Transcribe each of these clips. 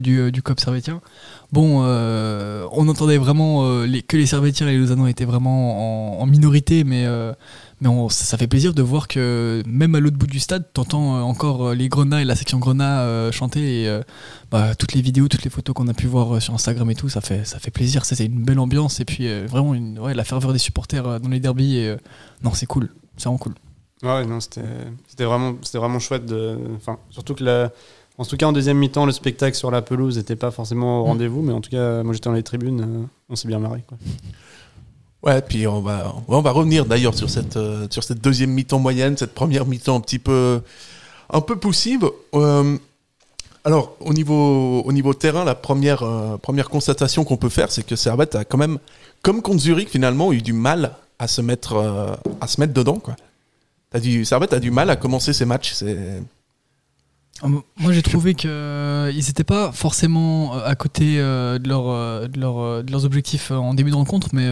du COP servétien. Bon, on entendait vraiment que les Servétiens et les Lausannois étaient vraiment en minorité, mais ça fait plaisir de voir que même à l'autre bout du stade, t'entends encore les Grenats et la section Grenats chanter. Et toutes les vidéos, toutes les photos qu'on a pu voir sur Instagram et tout, ça fait plaisir. C'était une belle ambiance et puis vraiment la ferveur des supporters dans les derbies. Non, c'est cool, c'est vraiment cool. Ouais, non, c'était vraiment chouette. Surtout que en tout cas, en deuxième mi-temps, le spectacle sur la pelouse n'était pas forcément au rendez-vous, mais en tout cas, moi j'étais dans les tribunes, on s'est bien marré, quoi. Ouais, puis on va revenir d'ailleurs sur cette deuxième mi-temps moyenne, cette première mi-temps un peu poussive. Alors, au niveau terrain, la première constatation qu'on peut faire, c'est que Servette a quand même, comme contre Zurich, finalement, eu du mal à se mettre dedans, quoi. Servette a du mal à commencer ses matchs. Moi j'ai trouvé qu'ils n'étaient pas forcément à côté de leurs objectifs en début de rencontre, mais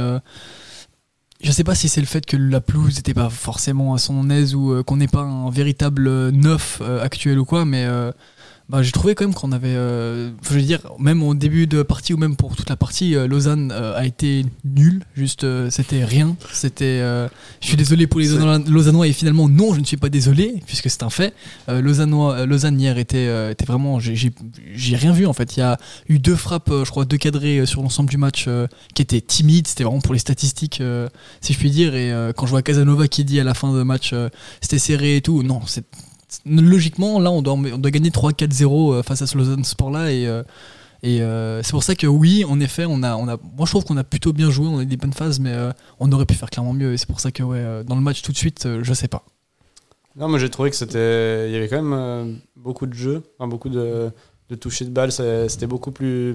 je sais pas si c'est le fait que la pelouse n'était pas forcément à son aise ou qu'on n'ait pas un véritable neuf actuel ou quoi, mais j'ai trouvé quand même qu'on avait, je veux dire, même au début de partie ou même pour toute la partie, Lausanne a été nulle, juste c'était rien. Je suis désolé pour les Lausannois et finalement non, je ne suis pas désolé puisque c'est un fait. Lausanne hier était vraiment, j'ai rien vu en fait. Il y a eu 2 frappes, je crois 2 cadrés sur l'ensemble du match qui étaient timides. C'était vraiment pour les statistiques, si je puis dire. Et quand je vois Casanova qui dit à la fin de match, c'était serré et tout, non, logiquement, là, on doit gagner 3-4-0 face à ce Lausanne Sport là et c'est pour ça que oui, en effet, moi je trouve qu'on a plutôt bien joué, on a eu des bonnes phases, mais on aurait pu faire clairement mieux et c'est pour ça que dans le match tout de suite, je sais pas. Non, moi j'ai trouvé que il y avait quand même beaucoup de jeux, beaucoup de touchés de balle, c'était beaucoup plus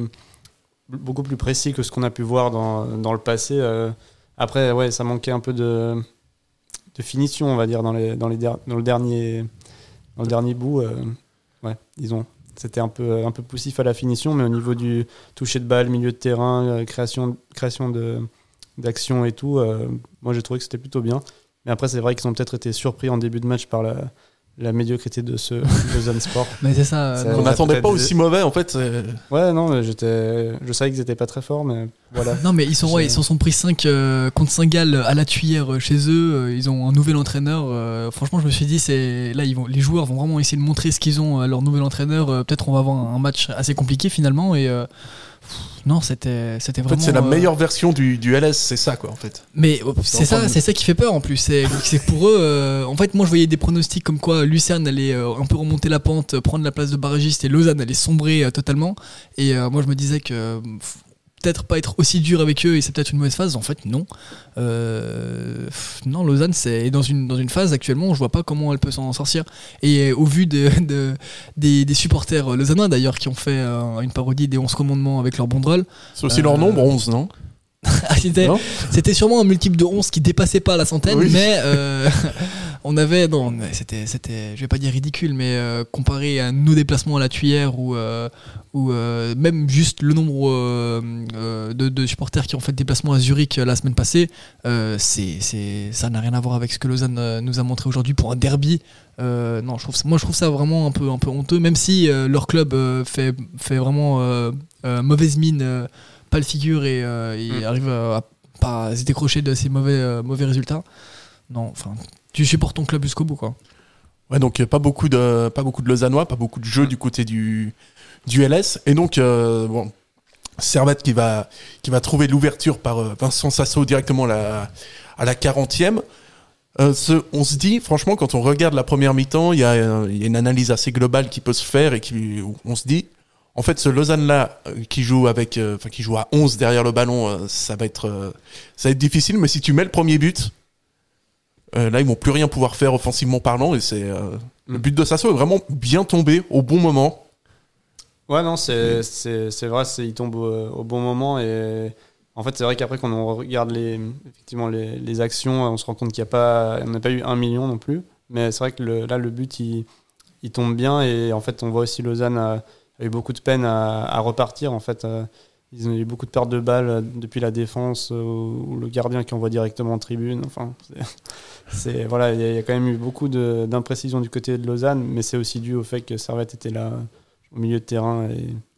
précis que ce qu'on a pu voir dans le passé. Après, ouais, ça manquait un peu de finition, on va dire, dans le dernier bout, disons, c'était un peu poussif à la finition, mais au niveau du toucher de balle, milieu de terrain, création d'action et tout, moi j'ai trouvé que c'était plutôt bien. Mais après, c'est vrai qu'ils ont peut-être été surpris en début de match par la médiocrité de ce Lausanne Sport. Mais c'est ça. On n'attendait pas aussi mauvais en fait. Ouais, non, mais je savais qu'ils n'étaient pas très forts, mais voilà. Non, mais ils s'en sont pris 5 contre Saint-Gall à la Tuilière chez eux. Ils ont un nouvel entraîneur. Franchement, je me suis dit, les joueurs vont vraiment essayer de montrer ce qu'ils ont à leur nouvel entraîneur. Peut-être on va avoir un match assez compliqué finalement. Et non, c'était vraiment. En fait, c'est la meilleure version du LS, c'est ça quoi en fait. Mais c'est ça qui fait peur en plus. C'est que pour eux, en fait, moi je voyais des pronostics comme quoi Lucerne allait un peu remonter la pente, prendre la place de barragiste et Lausanne allait sombrer totalement. Et moi je me disais que peut-être pas être aussi dur avec eux et c'est peut-être une mauvaise phase. En fait, non. Non, Lausanne c'est dans une phase actuellement, je vois pas comment elle peut s'en sortir. Et au vu des supporters lausannois d'ailleurs qui ont fait une parodie des 11 commandements avec leur banderole. C'est aussi leur nombre, 11, non? C'était sûrement un multiple de 11 qui dépassait pas la centaine, oui. Mais on avait, c'était, je vais pas dire ridicule, mais comparé à nos déplacements à la Tuilière ou même juste le nombre de supporters qui ont fait le déplacement à Zurich la semaine passée, ça n'a rien à voir avec ce que Lausanne nous a montré aujourd'hui pour un derby. Non, je trouve ça vraiment un peu honteux, même si leur club fait vraiment mauvaise mine. Pas le figure et arrive à pas se décrocher de ces mauvais résultats. Non, enfin, tu supportes ton club jusqu'au bout, quoi. Ouais, donc pas beaucoup de Lausannois, pas beaucoup de jeux du côté du LS, et donc Servette qui va trouver l'ouverture par Vincent Sasso directement à la 40e. On se dit, franchement, quand on regarde la première mi-temps, il y a une analyse assez globale qui peut se faire et on se dit. En fait, ce Lausanne-là, qui joue à 11 derrière le ballon, ça va être difficile. Mais si tu mets le premier but, là, ils vont plus rien pouvoir faire offensivement parlant. Et le but de Sasso est vraiment bien tombé au bon moment. Ouais, non, c'est vrai, il tombe au bon moment. Et en fait, c'est vrai qu'après, quand on regarde les actions, on se rend compte qu'on n'a pas eu 1 million non plus. Mais c'est vrai que le but, il tombe bien. Et en fait, on voit aussi Lausanne a eu beaucoup de peine à repartir. En fait, ils ont eu beaucoup de pertes de balles depuis la défense ou le gardien qui envoie directement en tribune. Enfin, voilà, il y a quand même eu beaucoup d'imprécisions du côté de Lausanne, mais c'est aussi dû au fait que Servette était là au milieu de terrain et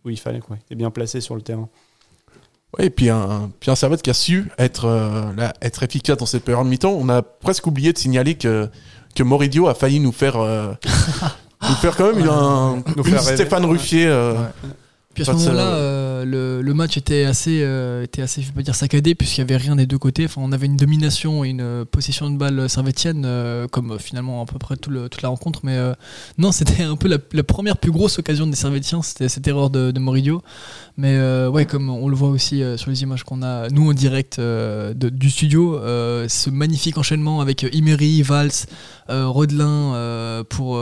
où il fallait, quoi. Il était bien placé sur le terrain. Ouais, et puis un Servette qui a su être efficace dans cette période de mi-temps. On a presque oublié de signaler que Moridio a failli nous faire quand même une Stéphane Ruffier. Puis à ce moment-là, le match était assez, je peux dire, saccadé, puisqu'il n'y avait rien des deux côtés. Enfin, on avait une domination et une possession de balle servétienne, comme finalement à peu près toute la rencontre. Mais non, c'était un peu la première plus grosse occasion des Servétiens, c'était cette erreur de Moridio. Mais ouais, comme on le voit aussi sur les images qu'on a, nous en direct du studio, ce magnifique enchaînement avec Imeri, Valls, Rodelin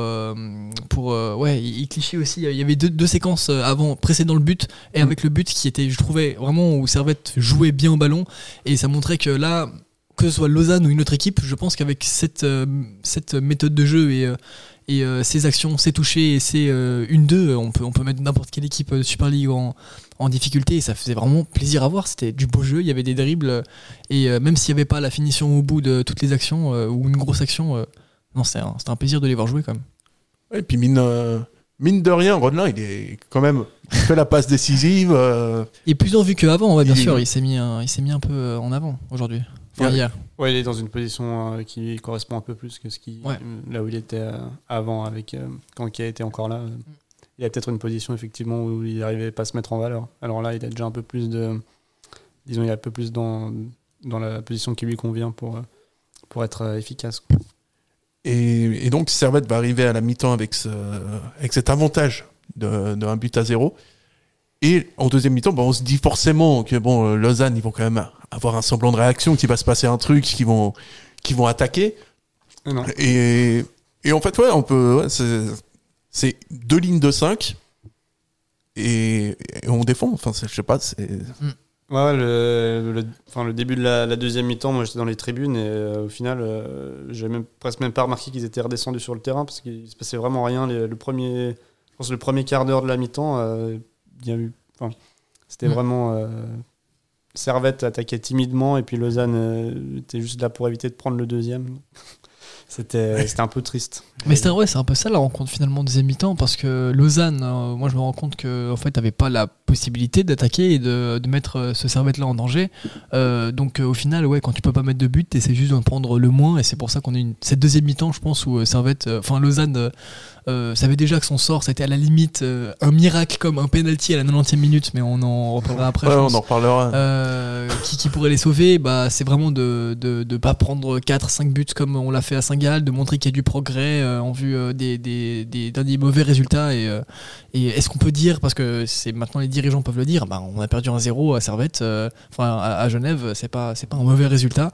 il clichait aussi. Il y avait deux séquences avant, précédant le but et avec le but qui était, je trouvais vraiment, où Servette jouait bien au ballon, et ça montrait que là, que ce soit Lausanne ou une autre équipe, je pense qu'avec cette méthode de jeu et ces actions, ces touchés et ces 1-2, on peut mettre n'importe quelle équipe de Super League en difficulté, et ça faisait vraiment plaisir à voir. C'était du beau jeu, il y avait des dribbles, et même s'il n'y avait pas la finition au bout de toutes les actions ou une grosse action, non, c'était un plaisir de les voir jouer quand même. Et puis mine de rien, Rodelin, il fait la passe décisive. Il est plus en vue qu'avant, ouais, bien sûr. Il s'est mis un peu en avant aujourd'hui. Enfin, hier. Ouais, il est dans une position qui correspond un peu plus que là où il était avant, avec quand il était encore là. Il a peut-être une position effectivement où il n'arrivait pas à se mettre en valeur. Alors là, il a déjà un peu plus il est un peu plus dans la position qui lui convient pour être efficace, quoi. Et donc Servette va arriver à la mi-temps avec cet avantage de 1-0. Et en deuxième mi-temps, on se dit forcément que Lausanne, ils vont quand même avoir un semblant de réaction, qu'il va se passer un truc, qu'ils vont attaquer. Non. Et en fait, ouais, on peut. Ouais, c'est 2 lignes de 5 et on défend. Enfin, je sais pas. Ouais, le début de la deuxième mi-temps, moi j'étais dans les tribunes et au final, j'ai presque même pas remarqué qu'ils étaient redescendus sur le terrain parce qu'il se passait vraiment rien. Le premier quart d'heure de la mi-temps, c'était vraiment Servette attaquait timidement et puis Lausanne était juste là pour éviter de prendre le deuxième. C'était un peu triste. Mais c'est un peu ça la rencontre finalement en deuxième mi-temps, parce que Lausanne, moi je me rends compte que en fait n'avait pas la possibilité d'attaquer et de mettre ce Servette là en danger. Donc au final, ouais, quand tu peux pas mettre de but, t'essaies juste d'en prendre le moins, et c'est pour ça qu'on a cette deuxième mi-temps, je pense, où Lausanne savait déjà que son sort, c'était à la limite un miracle comme un penalty à la 90e minute, mais on en reparlera après. Ouais, on en reparlera. Qui pourrait les sauver, c'est vraiment de pas prendre 4-5 buts comme on l'a fait à Saint-Gall, de montrer qu'il y a du progrès en vue des mauvais résultats, et est-ce qu'on peut dire, parce que c'est maintenant les dirigeants peuvent le dire, on a perdu 1-0 à Servette, à Genève, c'est pas un mauvais résultat.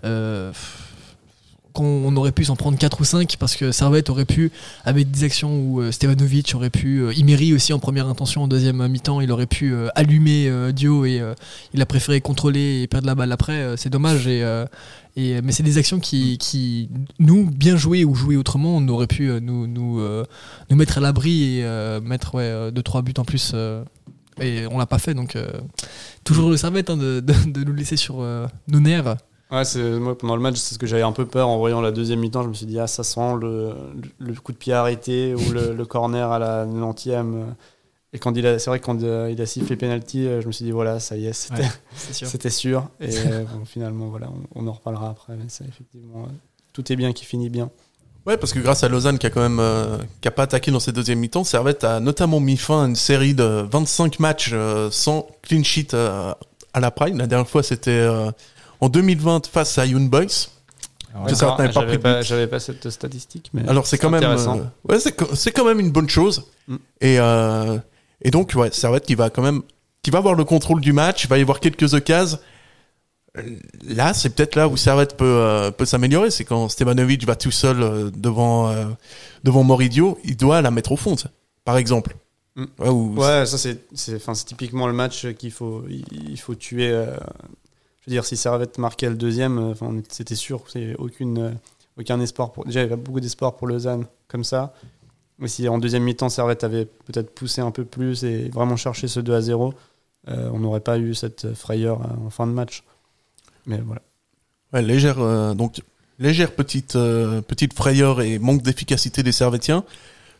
Qu'on aurait pu s'en prendre 4 ou 5, parce que Servette aurait pu, avec des actions où Stevanovic aurait pu, Imeri aussi en première intention, en deuxième mi-temps, il aurait pu allumer Dio, et il a préféré contrôler et perdre la balle après. C'est dommage, mais c'est des actions qui nous, bien jouées ou jouées autrement, on aurait pu nous mettre à l'abri et mettre 2-3 buts en plus, et on l'a pas fait, donc toujours le Servette de nous laisser sur nos nerfs. Ouais, moi pendant le match, c'est ce que j'avais un peu peur en voyant la deuxième mi-temps. Je me suis dit, ça sent le coup de pied arrêté ou le corner à la 90e. Et c'est vrai que quand il a sifflé penalty, je me suis dit, voilà, ça y est, c'était sûr. Et finalement, voilà, on en reparlera après. Mais c'est effectivement, tout est bien qui finit bien. Ouais, parce que grâce à Lausanne qui a quand même qui a pas attaqué dans cette deuxième mi-temps, Servette a notamment mis fin à une série de 25 matchs sans clean sheet à la Prime. La dernière fois, c'était en 2020 face à Young Boys. J'avais pas cette statistique, mais alors c'est quand même c'est quand même une bonne chose. Et donc ouais, Servette qui va avoir le contrôle du match, il va y avoir quelques occasions. Là, c'est peut-être là où Servette peut s'améliorer, c'est quand Stevanovic va tout seul devant Moridio, il doit la mettre au fond, par exemple. Ouais, ça c'est typiquement le match qu'il faut tuer. Je veux dire, si Servette marquait le deuxième, c'était sûr, c'est aucun espoir déjà il y avait beaucoup d'espoir pour Lausanne comme ça. Mais si en deuxième mi-temps Servette avait peut-être poussé un peu plus et vraiment cherché ce 2-0, on n'aurait pas eu cette frayeur en fin de match. Mais voilà. Ouais, légère petite frayeur et manque d'efficacité des Servettiens.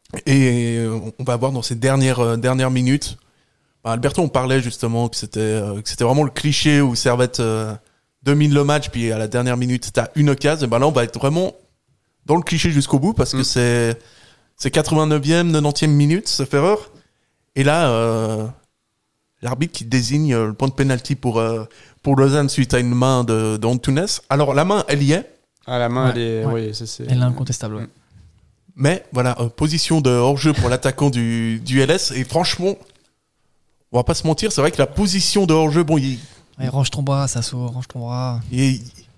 Et on va voir dans ces dernières minutes. Alberto, on parlait justement que c'était vraiment le cliché où Servette domine le match, puis à la dernière minute, t'as une occasion. Et ben là, on va être vraiment dans le cliché jusqu'au bout parce que c'est 89e, 90e minute, sauf erreur. Et là, l'arbitre qui désigne le point de pénalty pour Lausanne suite à une main de Antunes. Alors, la main, elle y est. Ah, la main, Ouais, elle est. ouais. Oui, c'est... Elle est incontestable, ouais. Mais voilà, position de hors-jeu pour l'attaquant du LS. Et franchement, on va pas se mentir, c'est vrai que la position de hors-jeu, bon, Ouais, range ton bras, Sasso, range ton bras. ouais.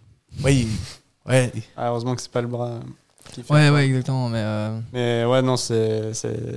Ah, heureusement que c'est pas le bras qui fait. Ouais, exactement. Mais ouais, non, c'est...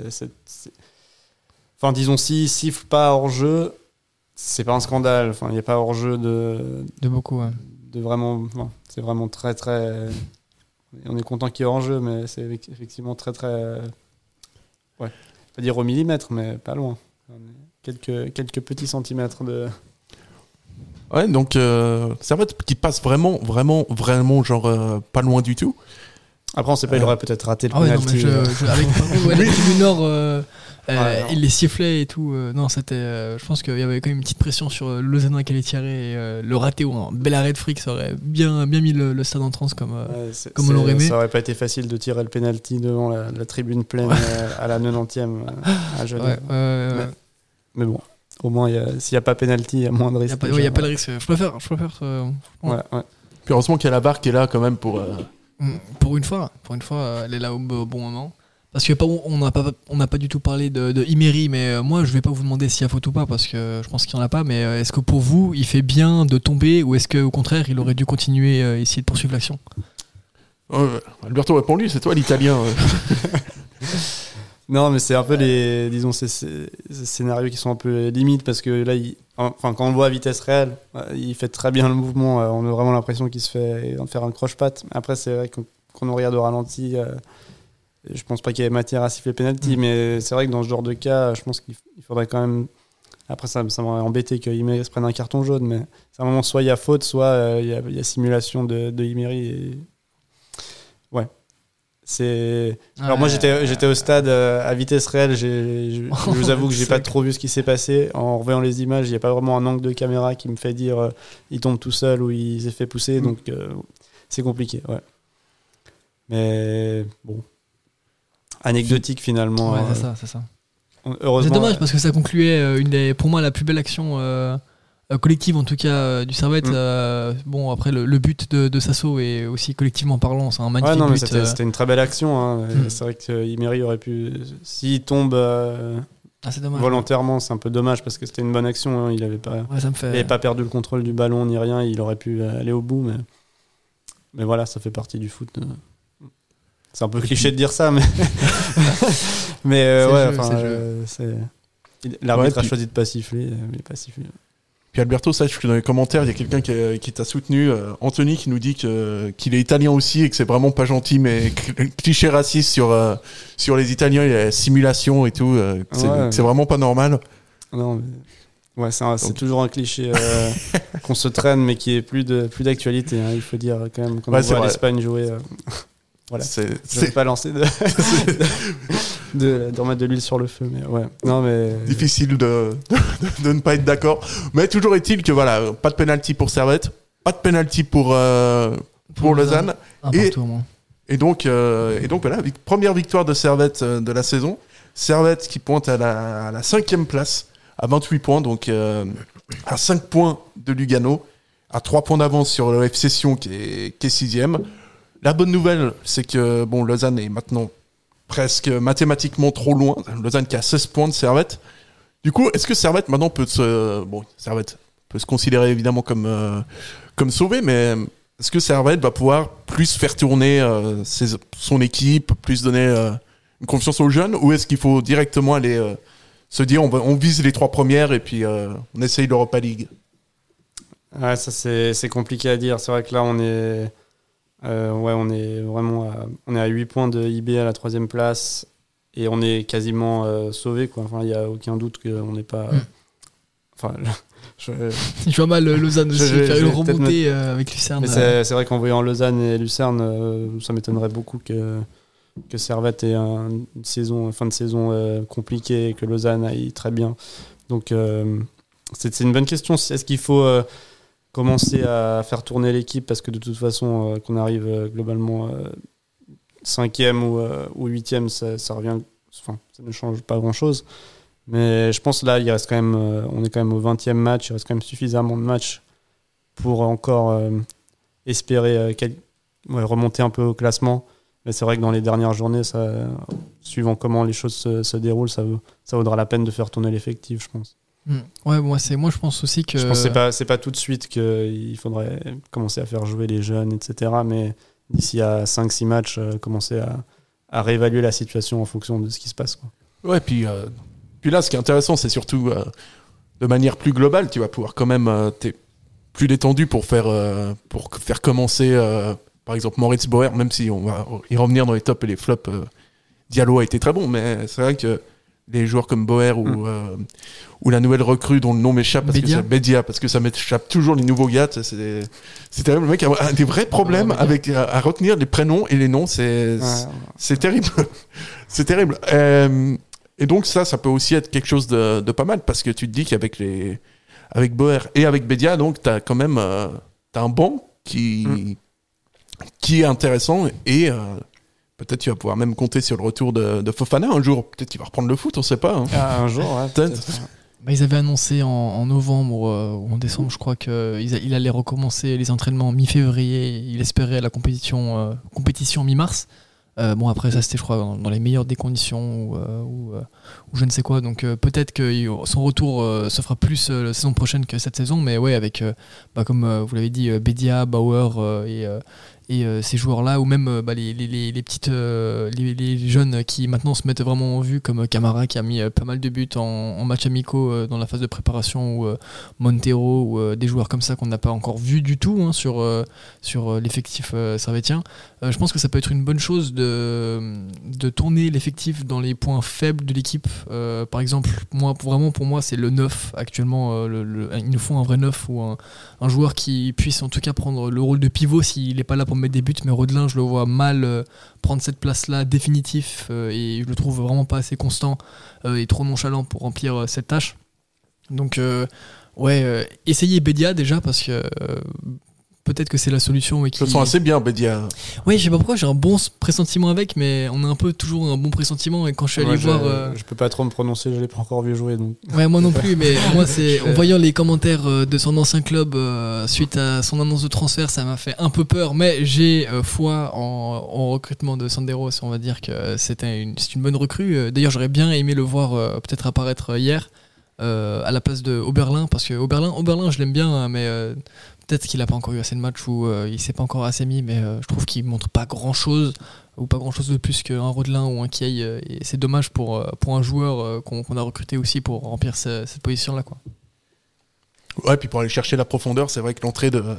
Enfin, disons, s'il siffle pas hors-jeu, c'est pas un scandale. Enfin, il n'y a pas hors-jeu de beaucoup, ouais. vraiment... Enfin, c'est vraiment très, très... On est content qu'il y ait hors-jeu, mais c'est effectivement très, très... Ouais, pas dire au millimètre, mais pas loin. Quelques petits centimètres de... Ouais, donc Servette qui passe vraiment, genre pas loin du tout. Après, on sait pas, il aurait peut-être raté le Ah ouais, non, penalty. mais avec la tribune nord, non. il les sifflait et tout. Non, c'était. Je pense qu'il y avait quand même une petite pression sur le Lausannois qui allait tirer. Et, le raté ou un bel arrêt de fric, ça aurait bien mis le stade en transe comme on l'aurait aimé. Ça aurait pas été facile de tirer le penalty devant la tribune pleine à la 90e à Genève. Mais bon, au moins, s'il n'y a pas penalty, il y a moins de risque. Il n'y a pas de risque. Je préfère. Ouais. Puis heureusement qu'il y a la barre qui est là quand même pour... Pour une fois, elle est là au bon moment. Parce que on n'a pas du tout parlé de Imeri, mais moi je vais pas vous demander s'il y a faute ou pas parce que je pense qu'il y en a pas. Mais est-ce que pour vous il fait bien de tomber ou est-ce qu'au contraire il aurait dû continuer essayer de poursuivre l'action? Alberto, réponds-lui, c'est toi l'Italien. Non, mais c'est un peu ces scénarios qui sont un peu limites parce que là, quand on le voit à vitesse réelle, il fait très bien le mouvement. On a vraiment l'impression qu'il se fait faire un croche-patte. Après, c'est vrai qu'on on regarde au ralenti, je pense pas qu'il y ait matière à siffler penalty, mais c'est vrai que dans ce genre de cas, je pense qu'il faudrait quand même. Après, ça m'aurait embêté que Imeri se prenne un carton jaune, mais c'est un moment soit il y a faute, soit il y a simulation de Imeri. Et... Ouais. Alors moi j'étais au stade à vitesse réelle, je vous avoue que j'ai pas trop vu ce qui s'est passé. En revoyant les images, il n'y a pas vraiment un angle de caméra qui me fait dire il tombe tout seul ou il s'est fait pousser, donc c'est compliqué. Ouais. Mais bon, anecdotique finalement. Ouais, c'est ça. Heureusement. C'est dommage parce que ça concluait pour moi la plus belle action collective en tout cas du Servette. Bon, après le but de Sasso est aussi collectivement parlant, c'est un magnifique but. C'était une très belle action, hein. C'est vrai que Imeri aurait pu, s'il tombe c'est dommage, volontairement, c'est un peu dommage parce que c'était une bonne action, hein. Il avait pas perdu le contrôle du ballon ni rien, il aurait pu aller au bout, mais voilà, ça fait partie du foot. C'est un peu cliché de dire ça, mais l'arbitre a choisi de pas siffler, mais pas siffler. Puis Alberto, sache que dans les commentaires, il y a quelqu'un qui t'a soutenu, Anthony, qui nous dit qu'il est italien aussi et que c'est vraiment pas gentil, mais cliché raciste sur les Italiens, il y a la simulation et tout, c'est vraiment pas normal. Non, mais... ouais, c'est toujours un cliché qu'on se traîne, mais qui est plus d'actualité, hein, il faut dire quand même, quand on voit l'Espagne jouer. Voilà, je ne vais pas lancer de remettre de l'huile sur le feu, mais ouais. Non, mais... Difficile de ne pas être d'accord. Mais toujours est-il que voilà, pas de penalty pour Servette, pas de penalty pour Lausanne. Et donc voilà, première victoire de Servette de la saison. Servette qui pointe à la 5e place, à 28 points, donc à 5 points de Lugano, à 3 points d'avance sur le FC Sion qui est 6e. La bonne nouvelle, c'est que Lausanne est maintenant presque mathématiquement trop loin. Lausanne qui a 16 points de Servette. Du coup, est-ce que Servette maintenant Servette peut se considérer évidemment comme sauvé, mais est-ce que Servette va pouvoir plus faire tourner son équipe, plus donner une confiance aux jeunes, ou est-ce qu'il faut directement aller se dire on vise les 3 premières et puis on essaye l'Europa League? Ouais, ça c'est compliqué à dire. C'est vrai que là on est on est vraiment à 8 points de IB à la 3e place et on est quasiment sauvé, quoi. Enfin, il n'y a aucun doute qu'on n'est pas. Enfin, je vois mal Lausanne aussi faire une remontée avec Lucerne. Mais c'est vrai qu'en voyant Lausanne et Lucerne, ça m'étonnerait beaucoup que que Servette ait une fin de saison compliquée et que Lausanne aille très bien. Donc c'est une bonne question. Est-ce qu'il faut commencer à faire tourner l'équipe parce que de toute façon qu'on arrive globalement 5e ou 8e, ça revient, ça ne change pas grand-chose. Mais je pense là, il reste quand même, on est quand même au 20e match, il reste quand même suffisamment de matchs pour encore espérer remonter un peu au classement. Mais c'est vrai que dans les dernières journées, suivant comment les choses se déroulent, ça vaudra la peine de faire tourner l'effectif, je pense. Ouais, moi je pense aussi que... Je pense que c'est pas tout de suite qu'il faudrait commencer à faire jouer les jeunes, etc. Mais d'ici à 5-6 matchs, commencer à réévaluer la situation en fonction de ce qui se passe, quoi. Ouais, puis là, ce qui est intéressant, c'est surtout de manière plus globale, tu vas pouvoir quand même... t'es plus détendu pour faire commencer, par exemple, Moritz Bauer, même si on va y revenir dans les tops et les flops. Diallo a été très bon, mais c'est vrai que les joueurs comme Bauer ou la nouvelle recrue dont le nom m'échappe, Bédia, parce que ça m'échappe toujours les nouveaux gars. C'est terrible. Le mec a des vrais problèmes à retenir les prénoms et les noms. C'est terrible. C'est terrible. Et donc ça peut aussi être quelque chose de pas mal, parce que tu te dis qu'avec avec Bauer et avec Bédia, donc t'as quand même t'as un banc qui est intéressant, et peut-être tu vas pouvoir même compter sur le retour de Fofana un jour. Peut-être qu'il va reprendre le foot, on sait pas. Hein. Un jour, ouais, peut-être. Ils avaient annoncé en novembre ou en décembre, je crois, qu'il allait recommencer les entraînements mi-février. Il espérait la compétition mi-mars. Après ça, c'était, je crois, dans les meilleures des conditions ou je ne sais quoi. Donc peut-être que son retour se fera plus la saison prochaine que cette saison. Mais ouais, avec, comme vous l'avez dit, Bédia, Bauer et ces joueurs-là, ou même les petites les jeunes qui maintenant se mettent vraiment en vue, comme Camara qui a mis pas mal de buts en matchs amicaux dans la phase de préparation, ou Montero, ou des joueurs comme ça qu'on n'a pas encore vu du tout, hein, sur l'effectif servétien. Je pense que ça peut être une bonne chose de tourner l'effectif dans les points faibles de l'équipe. Par exemple, pour moi c'est le 9 actuellement. Il nous faut un vrai 9, ou un joueur qui puisse en tout cas prendre le rôle de pivot s'il n'est pas là pour mettre des buts. Mais Rodelin, je le vois mal prendre cette place-là définitif, et je le trouve vraiment pas assez constant et trop nonchalant pour remplir cette tâche. Donc essayez Bédia déjà, parce que peut-être que c'est la solution. Ils sont assez bien, Bédia. Oui, je sais pas pourquoi, j'ai un bon pressentiment avec, mais on a un peu toujours un bon pressentiment, et quand je suis allé voir... Je peux pas trop me prononcer, je l'ai pas encore vu jouer. Donc. Ouais, moi non plus, mais moi, en voyant les commentaires de son ancien club suite à son annonce de transfert, ça m'a fait un peu peur, mais j'ai foi en recrutement de Sandero. On va dire que c'est une bonne recrue. D'ailleurs, j'aurais bien aimé le voir peut-être apparaître hier à la place de Oberlin, parce que Oberlin, je l'aime bien, hein, mais... peut-être qu'il n'a pas encore eu assez de matchs, ou il ne s'est pas encore assez mis, mais je trouve qu'il ne montre pas grand-chose, ou pas grand-chose de plus qu'un Rodelin ou un Kiei, et c'est dommage pour un joueur qu'on a recruté aussi pour remplir cette position-là, quoi. Ouais, puis pour aller chercher la profondeur, c'est vrai que l'entrée de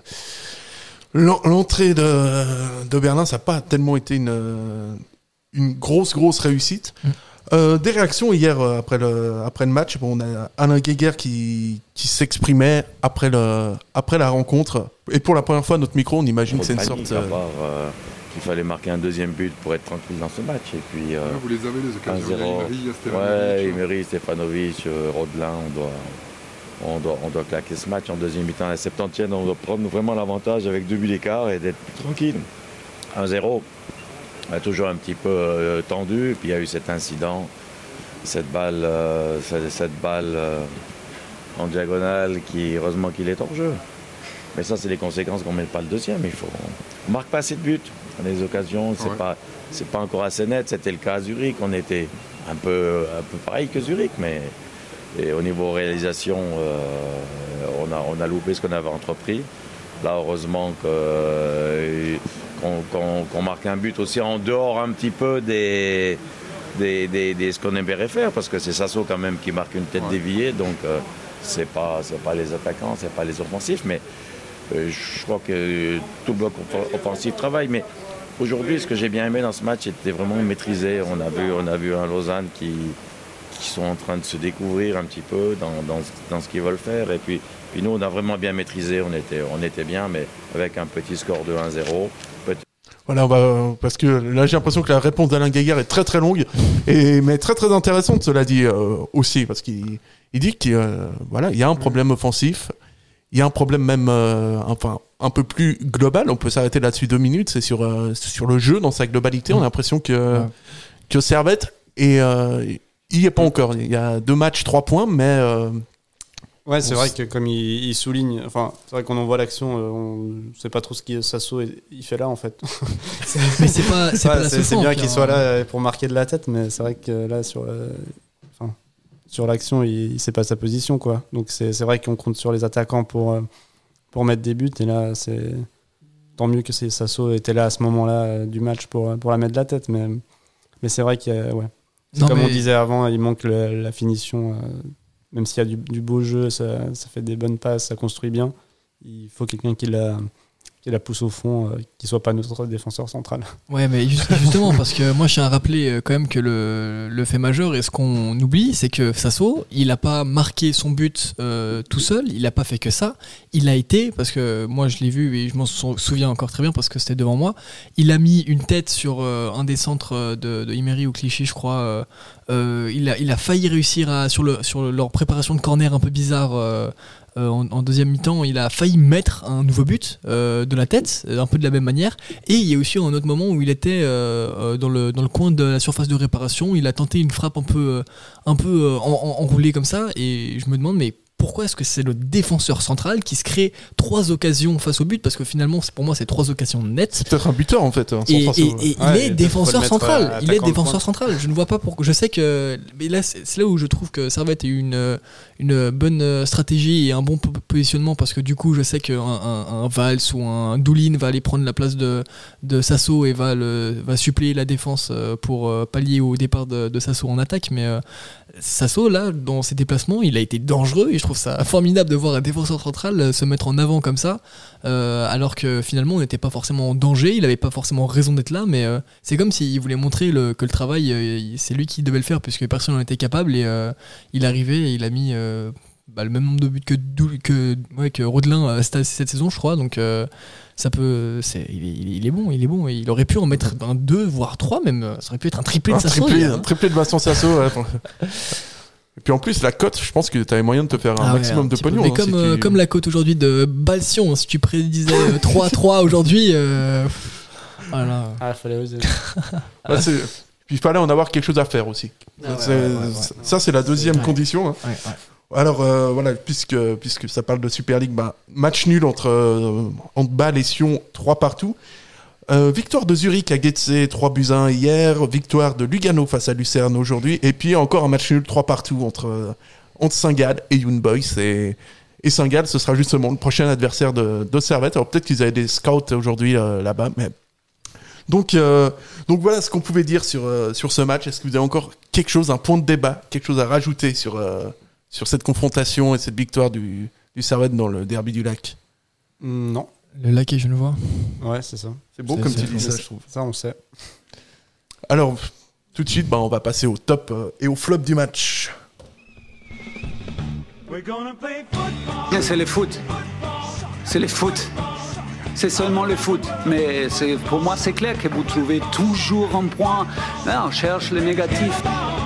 Berlin, ça n'a pas tellement été une grosse réussite. Des réactions hier après le match. On a Alain Guéguer qui s'exprimait après la rencontre. Et pour la première fois, notre micro, on imagine que c'est une sorte... qu'il fallait marquer un deuxième but pour être tranquille dans ce match. Et puis, vous les avez, les occasions. Imeri, Stefanovic, Rodelin, on doit claquer ce match en deuxième mi-temps. À la 70e, on doit prendre vraiment l'avantage avec 2 buts d'écart et d'être tranquille. 1-0. Toujours un petit peu tendu, et puis il y a eu cet incident, cette balle en diagonale heureusement qu'il est hors jeu. Mais ça, c'est les conséquences qu'on ne met pas le deuxième. On marque pas assez de buts. Les occasions, c'est pas encore assez net. C'était le cas à Zurich. On était un peu pareil que Zurich, mais au niveau réalisation, on a loupé ce qu'on avait entrepris. Là, heureusement qu'on marque un but aussi en dehors un petit peu des ce qu'on aimerait faire, parce que c'est Sasso quand même qui marque une tête déviée, donc c'est pas les attaquants, c'est pas les offensifs, mais je crois que tout le bloc offensif travaille. Mais aujourd'hui, ce que j'ai bien aimé dans ce match, c'était vraiment maîtrisé. On a vu un Lausanne qui sont en train de se découvrir un petit peu dans ce qu'ils veulent faire, et puis nous, on a vraiment bien maîtrisé, on était bien, mais avec un petit score de 1-0. Voilà, parce que là j'ai l'impression que la réponse d'Alain Gaillard est très très longue, mais très très intéressante, cela dit aussi, parce qu'il dit qu'il voilà, il y a un problème offensif, il y a un problème même un peu plus global, on peut s'arrêter là-dessus 2 minutes, c'est sur le jeu dans sa globalité, on a l'impression que Servette, il n'y est pas encore, il y a 2 matchs, 3 points, mais... Ouais, c'est vrai que comme il souligne, enfin, c'est vrai qu'on en voit l'action, on ne sait pas trop ce que Sasso il fait là en fait. Mais c'est pas la c'est bien qu'il soit là pour marquer de la tête, mais c'est vrai que là sur l'action, il sait pas sa position quoi. Donc c'est vrai qu'on compte sur les attaquants pour mettre des buts et là c'est tant mieux que Sasso était là à ce moment-là du match pour la mettre de la tête, mais c'est vrai qu'il y a, on disait avant, il manque la finition. Même s'il y a du beau jeu, ça fait des bonnes passes, ça construit bien. Il faut quelqu'un qui la pousse au fond, qui soit pas notre défenseur central. Ouais, mais justement, parce que moi je tiens à rappeler quand même que le fait majeur, et ce qu'on oublie, c'est que Sasso, il a pas marqué son but tout seul, il a pas fait que ça. Il a été, parce que moi je l'ai vu et je m'en souviens encore très bien parce que c'était devant moi, il a mis une tête sur un des centres de Imeri ou Clichy, je crois. Il a failli réussir sur leur préparation de corner un peu bizarre. En deuxième mi-temps, il a failli mettre un nouveau but de la tête, un peu de la même manière. Et il y a aussi un autre moment où il était dans le coin de la surface de réparation. Il a tenté une frappe un peu enroulée comme ça. Et je me demande, mais pourquoi est-ce que c'est le défenseur central qui se crée 3 occasions face au but? Parce que finalement, pour moi, c'est 3 occasions nettes. C'est peut-être un buteur en fait. Et il est défenseur central. Il est défenseur central. Je ne vois pas pourquoi. Je sais que. Mais là, c'est là où je trouve que Servette a eu une bonne stratégie et un bon positionnement, parce que du coup, je sais qu'un Valls ou un Doulin va aller prendre la place de Sasso et va suppléer la défense pour pallier au départ de Sasso en attaque. Mais Sasso, là, dans ses déplacements, il a été dangereux et je trouve ça formidable de voir un défenseur central se mettre en avant comme ça, alors que finalement on n'était pas forcément en danger, il n'avait pas forcément raison d'être là, mais c'est comme s'il voulait montrer que le travail, c'est lui qui devait le faire puisque personne n'en était capable, et il arrivait et il a mis le même nombre de buts que Rodelin cette saison, je crois, donc ça peut, il est bon et il aurait pu en mettre un 2 voire 3 même, ça aurait pu être un triplé de Sasso. Un triplé de Vincent Sasso. Et puis en plus, la cote, je pense que tu avais moyen de te faire un maximum de pognon. Mais comme la cote aujourd'hui de Balsion, si tu prédisais 3-3 aujourd'hui, voilà. Ah, il fallait oser. Puis il fallait en avoir quelque chose à faire aussi. Ça, c'est la deuxième condition. Hein. Ouais. Alors voilà, puisque ça parle de Super League, match nul entre Handball et Sion, 3 partout. Victoire de Zurich à Getse, 3-1 hier. Victoire de Lugano face à Lucerne aujourd'hui. Et puis encore un match nul 3 partout entre Saint-Gall et Young Boys. Et Saint-Gall, ce sera justement le prochain adversaire de Servette. Alors peut-être qu'ils avaient des scouts aujourd'hui là-bas. Mais... Donc voilà ce qu'on pouvait dire sur ce match. Est-ce que vous avez encore quelque chose, un point de débat, quelque chose à rajouter sur cette confrontation et cette victoire du Servette dans le derby du Lac? Non. Le Lac et Genevois. Ouais, c'est ça. C'est beau comme tu dis ça, je trouve. Ça, on sait. Alors, tout de suite, on va passer au top et au flop du match. C'est le foot. C'est le foot. C'est seulement le foot. Mais pour moi, c'est clair que vous trouvez toujours un point. Là, on cherche le négatif.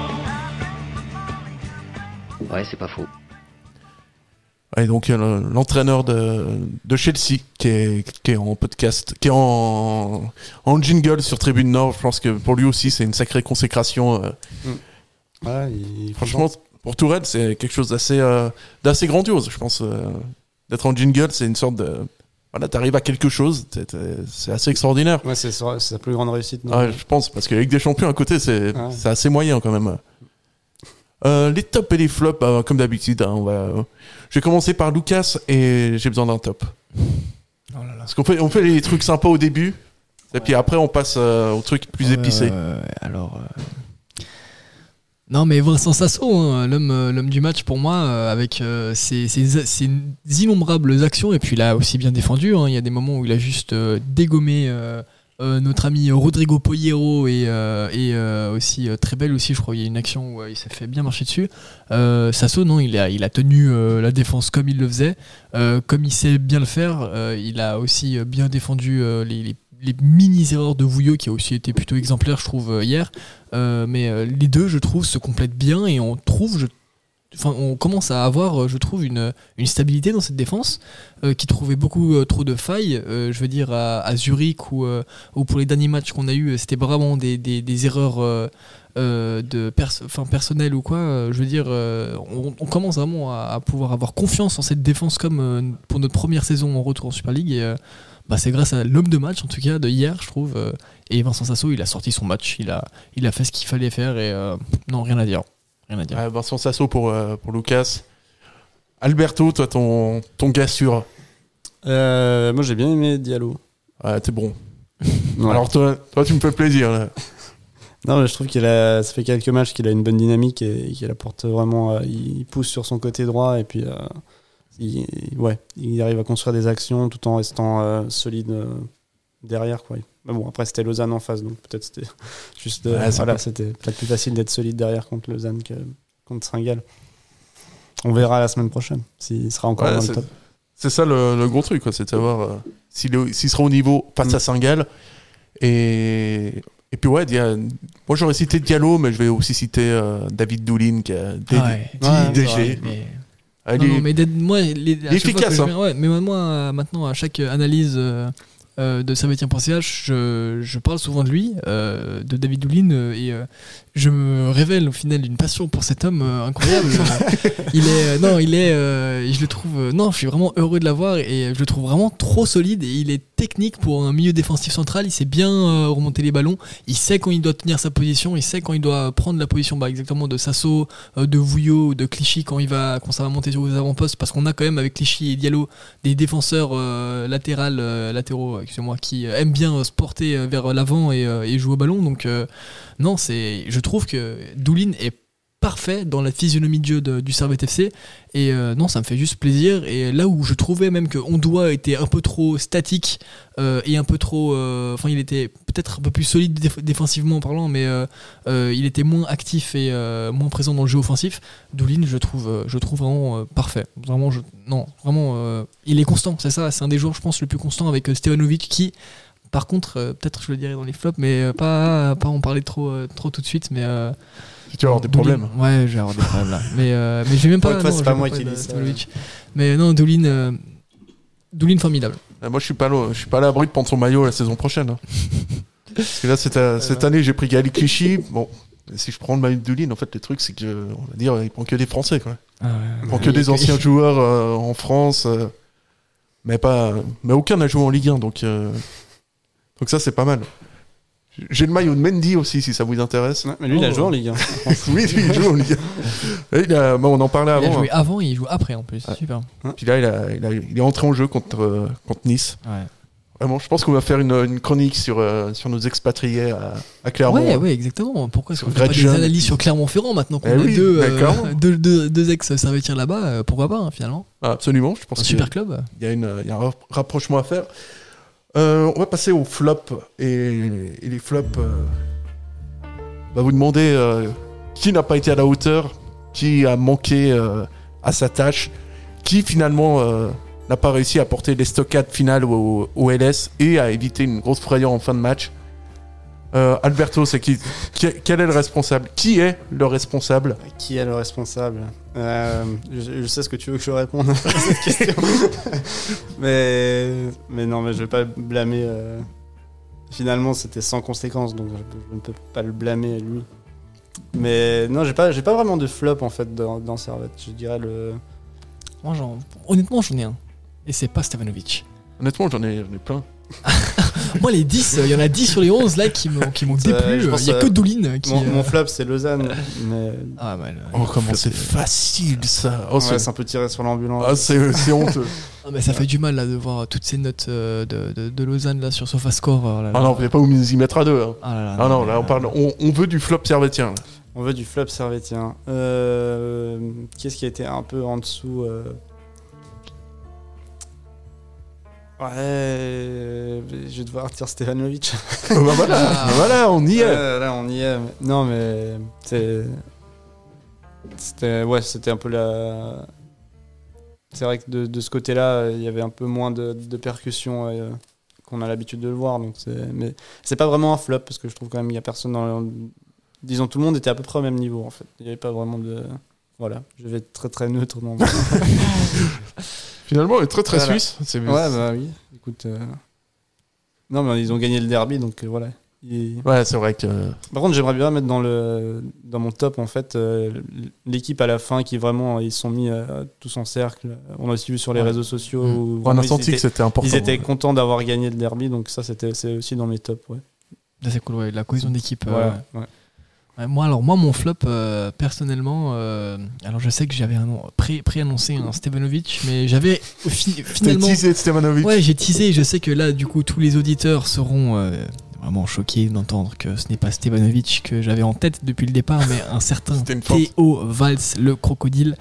Ouais, c'est pas faux. Et donc l'entraîneur de Chelsea qui est en podcast, qui est en jingle sur Tribune Nord, je pense que pour lui aussi c'est une sacrée consécration. Ouais, franchement, pour Tourelle c'est quelque chose d'assez grandiose, je pense. D'être en jingle, c'est une sorte de... Voilà, t'arrives à quelque chose, c'est assez extraordinaire. Ouais, c'est sa plus grande réussite. Ouais, je pense, parce qu'avec des champions à côté, c'est assez moyen quand même. Les tops et les flops, comme d'habitude, je vais commencer par Lucas et j'ai besoin d'un top. Oh là là. Parce qu'on fait les trucs sympas au début, et puis après on passe aux trucs plus épicés. Alors, non mais Vincent Sasso, hein, l'homme du match pour moi, avec ses innombrables actions, et puis il a aussi bien défendu, hein. Il y a des moments où il a juste dégommé notre ami Rodrigo Poyero et aussi très belle aussi, je crois. Il y a une action où il s'est fait bien marcher dessus. Sasso, non, il a tenu la défense comme il le faisait, comme il sait bien le faire. Il a aussi bien défendu les mini-erreurs de Vouillot qui a aussi été plutôt exemplaire, je trouve, hier. Mais les deux, je trouve, se complètent bien et on commence à avoir, je trouve, une stabilité dans cette défense qui trouvait beaucoup trop de failles. Je veux dire, à Zurich ou pour les derniers matchs qu'on a eu, c'était vraiment des erreurs personnelles ou quoi. Je veux dire, on commence vraiment à pouvoir avoir confiance en cette défense comme pour notre première saison en retour en Super League. Et c'est grâce à l'homme de match, en tout cas, de hier, je trouve. Et Vincent Sasso, il a sorti son match. Il a fait ce qu'il fallait faire et non, rien à dire. Vincent Sasso pour Lucas. Alberto, toi, ton gars sûr. Moi, j'ai bien aimé Diallo. Ouais, t'es bon. Ouais. Alors toi, tu me fais plaisir là. Non, mais je trouve ça fait quelques matchs qu'il a une bonne dynamique et qu'il apporte vraiment. Il pousse sur son côté droit et puis il arrive à construire des actions tout en restant solide derrière, quoi. Mais bon, après c'était Lausanne en face, donc peut-être c'était juste. C'était peut-être plus facile d'être solide derrière contre Lausanne que contre Saint-Gall. On verra la semaine prochaine s'il sera encore dans le top. C'est ça le gros truc, quoi, c'est de savoir s'il sera au niveau face à Saint-Gall. Et puis moi j'aurais cité Diallo, mais je vais aussi citer David Doulin qui a DG. Moi, efficace. Mais moi, maintenant, à chaque analyse de Servetien.ch, je parle souvent de lui, de David Doulin, et je me révèle au final une passion pour cet homme incroyable. Je le trouve, je suis vraiment heureux de l'avoir et je le trouve vraiment trop solide et il est technique pour un milieu défensif central. Il sait bien remonter les ballons, il sait quand il doit tenir sa position, il sait quand il doit prendre la position exactement de Sasso, de Vouillot ou de Clichy quand ça va monter sur les avant-postes, parce qu'on a quand même avec Clichy et Diallo des défenseurs latéraux qui aiment bien se porter vers l'avant et jouer au ballon. Donc je trouve que Doulin est parfait dans la physionomie de jeu du Servette FC et ça me fait juste plaisir. Et là où je trouvais même que Ondoa était un peu trop statique et un peu trop il était peut-être un peu plus solide défensivement parlant, mais il était moins actif et moins présent dans le jeu offensif. Doulin, je trouve vraiment parfait, vraiment il est constant, c'est un des joueurs je pense le plus constant avec Stevanovic qui par contre peut-être je le dirais dans les flops, mais pas en parler trop tout de suite, mais tu vas avoir des problèmes. Ouais, je vais avoir des problèmes là. Mais je vais même pas. C'est pas moi qui dis ça. Mais non, Doulin formidable. Moi, je suis pas à l'abri de prendre son maillot la saison prochaine. Hein. Parce que là, cette année, j'ai pris Gali Clichy. Bon, si je prends le maillot de Doulin, en fait, le truc, c'est que, on va dire, il prend que des Français, quoi. Il prend que des anciens joueurs en France, mais aucun n'a joué en Ligue 1, donc ça, c'est pas mal. J'ai le maillot de Mendy aussi, si ça vous intéresse. Ouais, mais lui, il a joué en Ligue 1. Oui, lui, il joue en Ligue 1. On en parlait avant. Il a joué avant et il joue après en plus. Ouais. Super. Puis là, il est entré en jeu contre Nice. Ouais. Vraiment, je pense qu'on va faire une chronique sur nos expatriés à Clermont. Ouais, exactement. Pourquoi est-ce qu'on fait pas des analyses sur Clermont-Ferrand maintenant qu'on a deux ex-servétiens là-bas pourquoi pas, finalement. Absolument. Je pense un super club. Il y a un rapprochement à faire. On va passer aux flops et les flops. On va vous demander qui n'a pas été à la hauteur, qui a manqué à sa tâche, qui finalement n'a pas réussi à porter l'estocade finale au LS et à éviter une grosse frayeur en fin de match. Alberto, c'est quel est le responsable? Qui est le responsable? Qui est le responsable? Je sais ce que tu veux que je réponde à cette question. mais non, mais je vais pas blâmer. Finalement, c'était sans conséquence, donc je ne peux pas le blâmer lui. Mais non, j'ai pas vraiment de flop en fait dans Servette. Je dirais Moi, honnêtement, j'en ai un. Et c'est pas Stevanovic. Honnêtement, j'en ai plein. Moi, les 10, il y en a 10 sur les 11 là qui m'ont déplu. Il y a que Doulin qui. Mon flop, c'est Lausanne. Mais... comment c'est facile ça. C'est un peu tiré sur l'ambulance. C'est honteux. Mais ça fait du mal là de voir toutes ces notes de Lausanne là sur SofaScore. Non, vous n'allez pas vous y mettre à deux. Hein. Là on parle. On veut du flop servétien. Là. On veut du flop servétien. Qu'est-ce qui a été un peu en dessous Ouais, je vais devoir dire Stevanovic. Voilà, on y est. Là, on y est. Non, mais c'était un peu la. C'est vrai que de ce côté-là, il y avait un peu moins de percussions qu'on a l'habitude de le voir. Donc mais c'est pas vraiment un flop parce que je trouve quand même qu'il y a personne disons tout le monde était à peu près au même niveau en fait. Il n'y avait pas vraiment de voilà. Je vais être très très neutre. Finalement, il est très très Voilà. suisse. C'est Ouais, bah oui. Écoute, non, mais ils ont gagné le derby, donc voilà. Ouais, c'est vrai que. Par contre, j'aimerais bien mettre dans mon top en fait l'équipe à la fin qui vraiment ils se sont mis tous en cercle. On a aussi vu sur les réseaux sociaux. Où On a vraiment, senti que c'était important. Ils étaient contents d'avoir gagné le derby, donc ça c'est aussi dans mes tops. Ouais. C'est cool, ouais, la cohésion d'équipe. Ouais. Ouais, moi, mon flop, personnellement, alors je sais que j'avais pré-annoncé un Stevanovic, mais j'avais finalement. T'as teasé Stevanovic. Ouais, j'ai teasé. Je sais que là, du coup, tous les auditeurs seront vraiment choqués d'entendre que ce n'est pas Stevanovic que j'avais en tête depuis le départ, mais un certain C'était une faute. Théo Valls, le crocodile.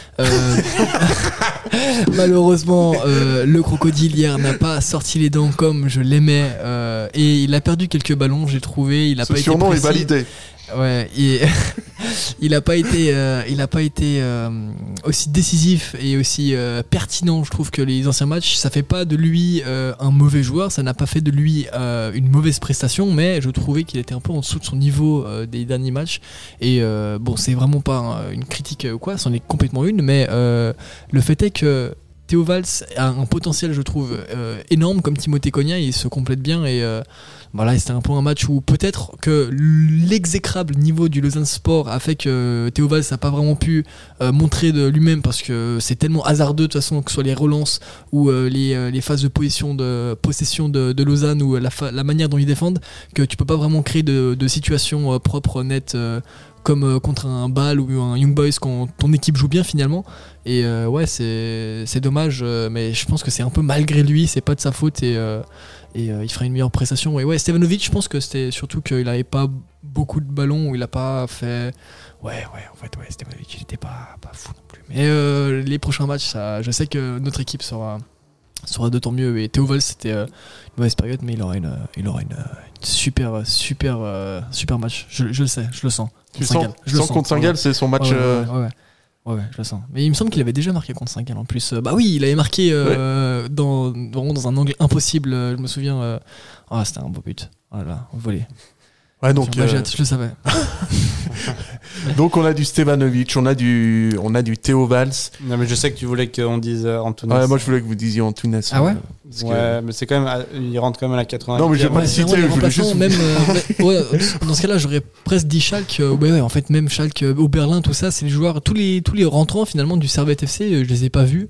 Malheureusement, le crocodile hier n'a pas sorti les dents comme je l'aimais et il a perdu quelques ballons, j'ai trouvé. Il a Ce pas été surnom est précis. validé. Ouais, il n'a pas été aussi décisif et aussi pertinent, je trouve, que les anciens matchs. Ça fait pas de lui un mauvais joueur, ça n'a pas fait de lui une mauvaise prestation, mais je trouvais qu'il était un peu en dessous de son niveau des derniers matchs. Et bon, c'est vraiment pas une critique ou quoi, c'en est complètement une, mais le fait est que Théo Valls a un potentiel, je trouve, énorme, comme Timothée Cogna, il se complète bien et voilà, c'était un peu un match où peut-être que l'exécrable niveau du Lausanne Sport a fait que Théo Valls n'a pas vraiment pu montrer de lui-même parce que c'est tellement hasardeux de toute façon, que ce soit les relances ou les phases de possession de Lausanne ou la manière dont ils défendent, que tu peux pas vraiment créer de situations propres, nettes, comme contre un Bâle ou un Young Boys quand ton équipe joue bien finalement. Et ouais, c'est dommage, mais je pense que c'est un peu malgré lui, c'est pas de sa faute et il fera une meilleure prestation. Et ouais, Stevanovic, je pense que c'était surtout qu'il avait pas beaucoup de ballons, où il a pas fait. Ouais, en fait, Stevanovic, il était pas fou non plus. Mais les prochains matchs, ça, je sais que notre équipe sera d'autant mieux. Et Théo Valls, c'était une mauvaise période, mais il aura une super match. Je le sais, je le sens. Tu sens contre Saint-Gall, c'est son match. Ouais, je le sens. Mais il me semble qu'il avait déjà marqué contre Saint-Gall en plus. Bah oui, il avait marqué dans un angle impossible. Je me souviens. C'était un beau but. Voilà, volé. Ouais, donc. Je le savais. Donc on a du Stevanovic, on a du Théo Valls. Non, mais je sais que tu voulais qu'on dise Antunes. Ouais, moi je voulais que vous disiez Antunes. Ah ouais. Ouais, mais c'est quand même, il rentre quand même à la 80. Non, mais j'ai pas le cité, je voulais juste. Même, dans ce cas-là, j'aurais presque dit Schalke. Ouais, en fait, même Schalke, au Berlin, tout ça, c'est les joueurs, tous les rentrants finalement du Servette FC, je les ai pas vus.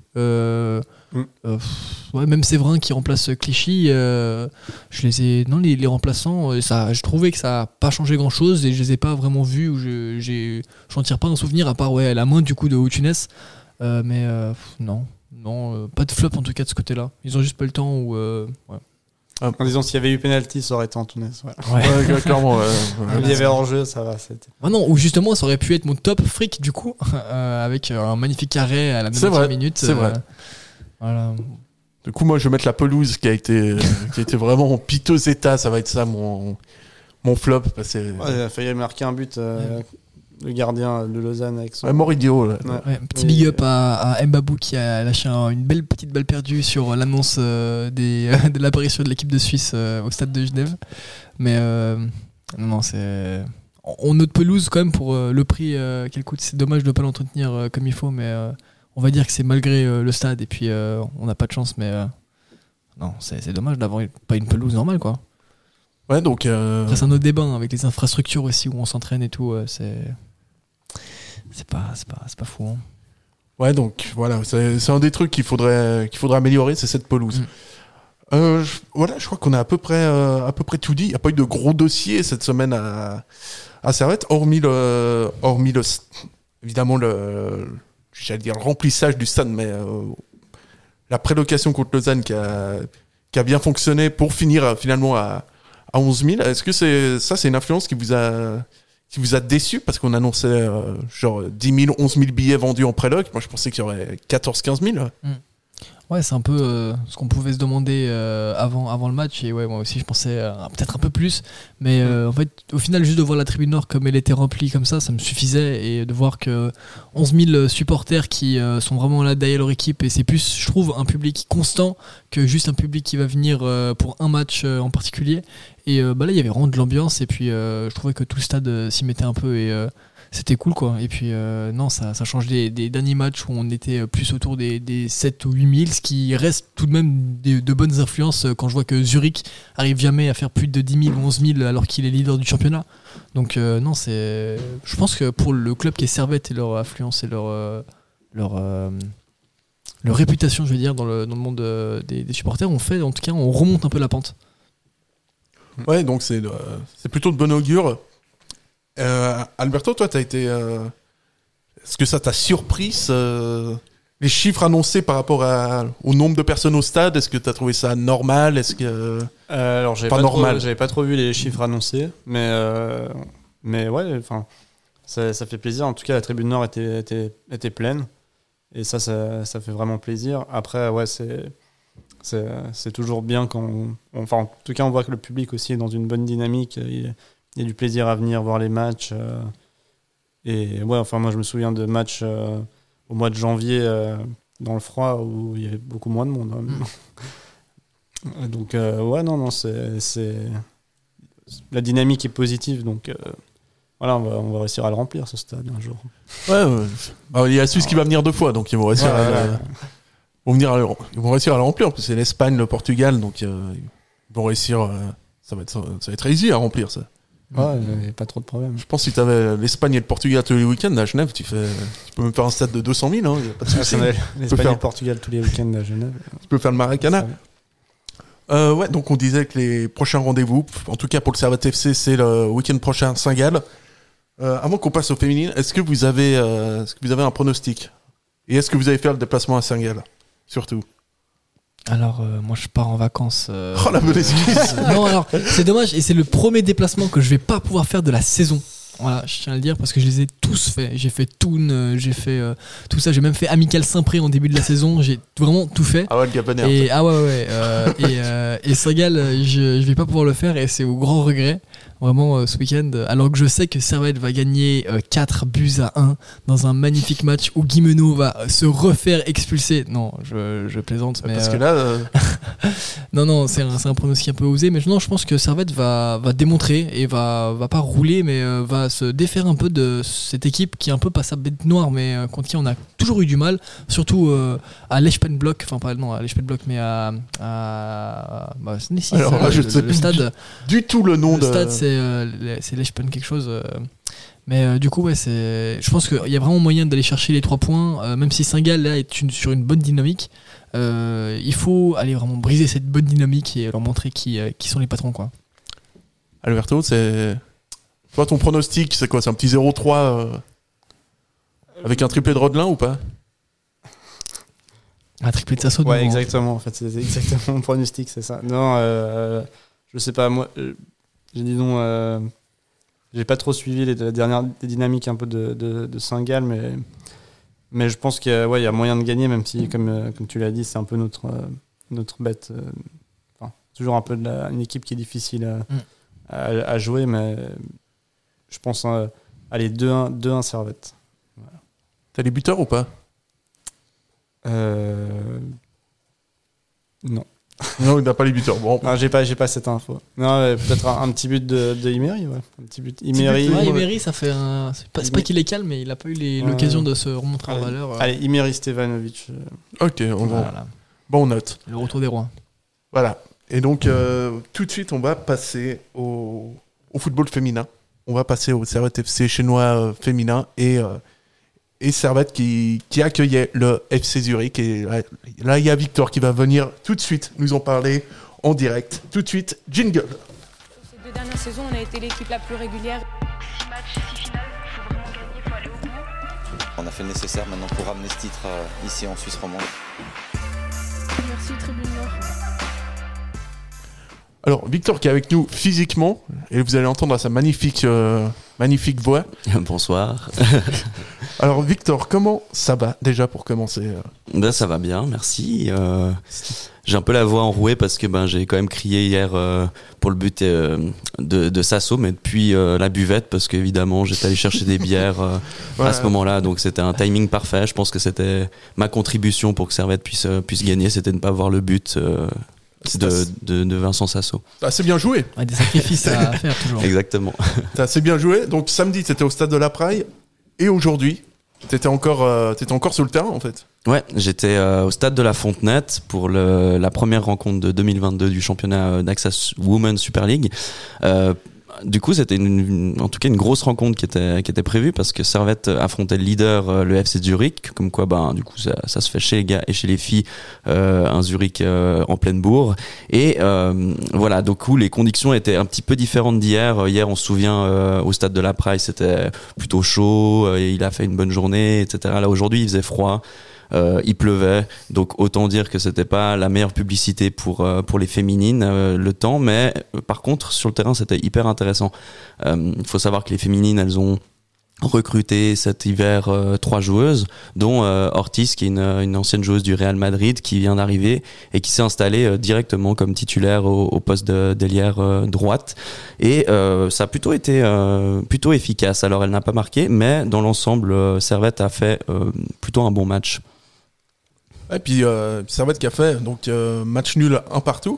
Ouais, même Séverin qui remplace Clichy, je les ai. Non, les remplaçants, ça, je trouvais que ça a pas changé grand-chose et je les ai pas vraiment vus. Ou j'en tire pas un souvenir à part la main du coup de Antunes. Mais non. Non, pas de flop en tout cas de ce côté-là. Ils ont juste pas le temps ou ouais. En disant s'il y avait eu penalty, ça aurait été Antunes. Ouais, clairement. Il y avait hors-jeu, ça va. Ah non, ou justement, ça aurait pu être mon top fric du coup, avec un magnifique carré à la 90e minute. C'est vrai. Voilà. Du coup, moi, je vais mettre la pelouse qui a été vraiment en piteux état. Ça va être ça mon flop. Il a failli marquer un but. Le gardien de Lausanne avec son. Moridio. Là. Ouais, petit big up à Mbabou qui a lâché une belle petite balle perdue sur l'annonce de l'apparition de l'équipe de Suisse au stade de Genève. Mais non, c'est. On note pelouse quand même pour le prix qu'elle coûte. C'est dommage de ne pas l'entretenir comme il faut, mais on va dire que c'est malgré le stade et puis on n'a pas de chance. Mais non, c'est dommage d'avoir pas une pelouse normale quoi. Ouais, donc. Après, c'est un autre débat avec les infrastructures aussi où on s'entraîne et tout. C'est pas fou. Hein. Ouais, donc voilà, c'est un des trucs qu'il faudrait améliorer, c'est cette pelouse. Voilà, je crois qu'on a à peu près tout dit. Il n'y a pas eu de gros dossiers cette semaine à Servette, hormis évidemment j'allais dire le remplissage du stade, mais la prélocation contre Lausanne qui a bien fonctionné pour finir finalement à 11 000. Est-ce que c'est une influence qui vous a déçu parce qu'on annonçait genre 10 000, 11 000 billets vendus en préloc? Moi, je pensais qu'il y aurait 14 000, 15 000. Ouais, c'est un peu ce qu'on pouvait se demander avant le match. Et ouais, moi aussi, je pensais peut-être un peu plus. Mais en fait, au final, juste de voir la tribune nord comme elle était remplie comme ça me suffisait. Et de voir que 11 000 supporters qui sont vraiment là derrière leur équipe. Et c'est plus, je trouve, un public constant que juste un public qui va venir pour un match en particulier. Et là, il y avait vraiment de l'ambiance. Et puis, je trouvais que tout le stade s'y mettait un peu. Et c'était cool, quoi. Et puis non, ça change des derniers matchs où on était plus autour des 7 ou 8 000, ce qui reste tout de même de bonnes influences quand je vois que Zurich arrive jamais à faire plus de 10 000 ou 11 000 alors qu'il est leader du championnat. Donc non, je pense que pour le club qui est Servette et leur affluence et leur réputation, je veux dire, dans le monde des supporters, en tout cas, on remonte un peu la pente. Ouais, donc c'est plutôt de bon augure. Alberto, toi, t'as été. Est-ce que ça t'a surpris les chiffres annoncés par rapport au nombre de personnes au stade? Est-ce que t'as trouvé ça normal? Est-ce que alors j'avais pas trop vu les chiffres annoncés, mais ouais, enfin ça fait plaisir. En tout cas, la tribune nord était pleine et ça fait vraiment plaisir. Après, ouais, c'est toujours bien enfin en tout cas, on voit que le public aussi est dans une bonne dynamique. Il y a du plaisir à venir voir les matchs. Et ouais, enfin, moi, je me souviens de matchs au mois de janvier dans le froid où il y avait beaucoup moins de monde. Hein. Donc, ouais, non, la dynamique est positive. Donc, voilà, on va réussir à le remplir, ce stade, un jour. Ouais, il y a Suisse qui va venir 2 fois, donc ils vont réussir ils vont réussir à le remplir. En plus, c'est l'Espagne, le Portugal, donc ils vont réussir. Ça va être easy à remplir, ça. Ouais, il n'y a pas trop de problème. Je pense que si tu avais l'Espagne et le Portugal tous les week-ends à Genève, tu peux même faire un stade de 200 000. Hein, y a pas de souci. L'Espagne et le Portugal tous les week-ends à Genève. Tu peux faire le Maracana. Ouais, donc on disait que les prochains rendez-vous, en tout cas pour le Servette FC, c'est le week-end prochain à Saint-Gall. Avant qu'on passe au féminin, est-ce que vous avez un pronostic? Et est-ce que vous allez faire le déplacement à Saint-Gall? Surtout. Alors, moi je pars en vacances. Oh la bonne excuse. Non, alors, c'est dommage, et c'est le premier déplacement que je vais pas pouvoir faire de la saison. Voilà, je tiens à le dire parce que je les ai tous faits. J'ai fait Toon, j'ai fait tout ça. J'ai même fait Amical Saint-Pré en début de la saison. J'ai vraiment tout fait. Ah ouais, le Gabonais. Et Saint-Gall, je vais pas pouvoir le faire et c'est au grand regret. Vraiment ce week-end, alors que je sais que Servette va gagner 4-1 dans un magnifique match où Guimeno va se refaire expulser. Non, je plaisante. Mais, parce que là. Non, c'est un pronostic un peu osé, mais non, je pense que Servette va démontrer et va pas rouler, mais va se défaire un peu de cette équipe qui est un peu pas sa bête noire, mais contre qui on a toujours eu du mal, surtout à l'Espenblock, enfin pas non à l'Espenblock, mais alors là, je ne sais plus stade du tout le nom le stade, c'est l'Espen quelque chose. Mais du coup, ouais, je pense qu'il y a vraiment moyen d'aller chercher les 3 points, même si Saint-Gall là est sur une bonne dynamique. Il faut aller vraiment briser cette bonne dynamique et leur montrer qui sont les patrons, quoi. Alberto, c'est toi ton pronostic, c'est quoi? C'est un petit 0-3 avec un triplé de Rodelin ou pas? Un triplé de Sasso. Ouais, exactement. En fait, c'est exactement mon pronostic, c'est ça. Non, je sais pas. Moi, j'ai dit non. J'ai pas trop suivi les dynamiques un peu de Saint-Gall, mais je pense qu'il y a moyen de gagner, même si, comme tu l'as dit, c'est un peu notre bête. Toujours un peu une équipe qui est difficile à jouer, mais je pense aller 2-1 Servette. Voilà. T'as les buteurs ou pas? Non. Non, il n'a pas les buteurs. Bon. Non, j'ai pas cette info. Non, peut-être un petit but de Imeri, ouais. Un petit but. Imeri. Ouais, Imeri, ça fait c'est pas qu'il est calme, mais il a pas eu l'occasion de se remontrer en valeur. Allez, Imeri Stevanovic. Ok, voilà. Bon, on note. Le retour des rois. Voilà. Et donc, tout de suite, on va passer au football féminin. On va passer au Servette FC chinois féminin et Servette qui accueillait le FC Zurich. Et là, il y a Victor qui va venir tout de suite nous en parler en direct. Tout de suite, jingle. Ces 2 dernières saisons, on a été l'équipe la plus régulière. 6 matchs, 6 finales, il faut vraiment gagner, il faut aller au bout. On a fait le nécessaire maintenant pour ramener ce titre ici en Suisse romande. Merci Tribune Nord. Alors, Victor qui est avec nous physiquement, et vous allez entendre sa magnifique voix. Bonsoir. Alors Victor, comment ça va déjà pour commencer Ben, ça va bien, merci. J'ai un peu la voix enrouée parce que j'ai quand même crié hier pour le but de Sasso, mais depuis la buvette parce qu'évidemment j'étais allé chercher des bières à ce moment-là, donc c'était un timing parfait. Je pense que c'était ma contribution pour que Servette puisse gagner, c'était de ne pas voir le but de Vincent Sasso. T'as assez bien joué. Ouais, des sacrifices à faire toujours. Exactement. T'as assez bien joué. Donc samedi t'étais au stade de la Praille et aujourd'hui t'étais encore sur le terrain en fait. Ouais, j'étais au stade de la Fontenette pour la première rencontre de 2022 du championnat d'Axas Women Super League. Du coup, c'était en tout cas une grosse rencontre qui était prévue parce que Servette affrontait le leader, le FC Zurich, comme quoi du coup ça se fait chez les gars et chez les filles, un Zurich en pleine bourre. Et voilà, du coup les conditions étaient un petit peu différentes d'hier. Hier, on se souvient au stade de la Praille, c'était plutôt chaud, il a fait une bonne journée, etc. Là aujourd'hui, il faisait froid. Il pleuvait, donc autant dire que c'était pas la meilleure publicité pour les féminines le temps, mais par contre sur le terrain c'était hyper intéressant. Il faut savoir que les féminines elles ont recruté cet hiver 3 joueuses, dont Ortiz qui est une ancienne joueuse du Real Madrid qui vient d'arriver et qui s'est installée directement comme titulaire au poste d'ailière droite, et ça a plutôt été plutôt efficace. Alors elle n'a pas marqué, mais dans l'ensemble Servette a fait plutôt un bon match. Et puis Servette qui a fait donc match nul 1 partout.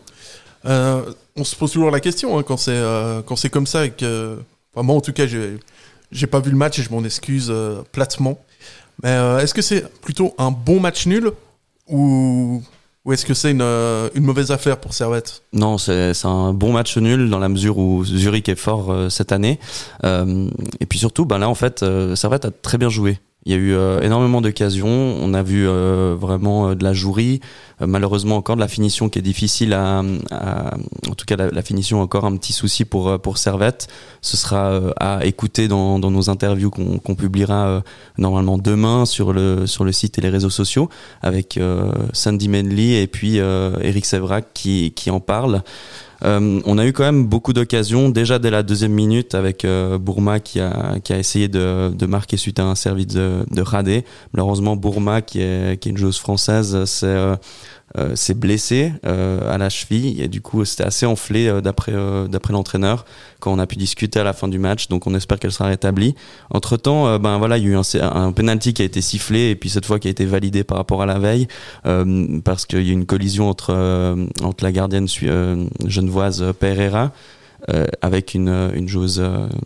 On se pose toujours la question quand c'est comme ça et que moi en tout cas j'ai pas vu le match et je m'en excuse platement. Mais est-ce que c'est plutôt un bon match nul ou est-ce que c'est une mauvaise affaire pour Servette ? Non, c'est un bon match nul dans la mesure où Zurich est fort cette année. Et puis surtout, là en fait, Servette a très bien joué. Il y a eu énormément d'occasions, on a vu vraiment de la jouerie, malheureusement encore de la finition qui est difficile en tout cas la finition encore un petit souci pour Servette. Ce sera à écouter dans nos interviews qu'on publiera normalement demain sur le site et les réseaux sociaux avec Sandy Manley et puis Eric Sévrac qui en parle. On a eu quand même beaucoup d'occasions déjà dès la deuxième minute avec Bourma qui a essayé de marquer suite à un service de Radé. Malheureusement Bourma qui est une joueuse française s'est blessée à la cheville et du coup c'était assez enflé d'après l'entraîneur quand on a pu discuter à la fin du match, donc on espère qu'elle sera rétablie. Entre temps voilà, il y a eu un penalty qui a été sifflé et puis cette fois qui a été validé par rapport à la veille parce qu'il y a eu une collision entre la gardienne genevoise Pereira avec une joueuse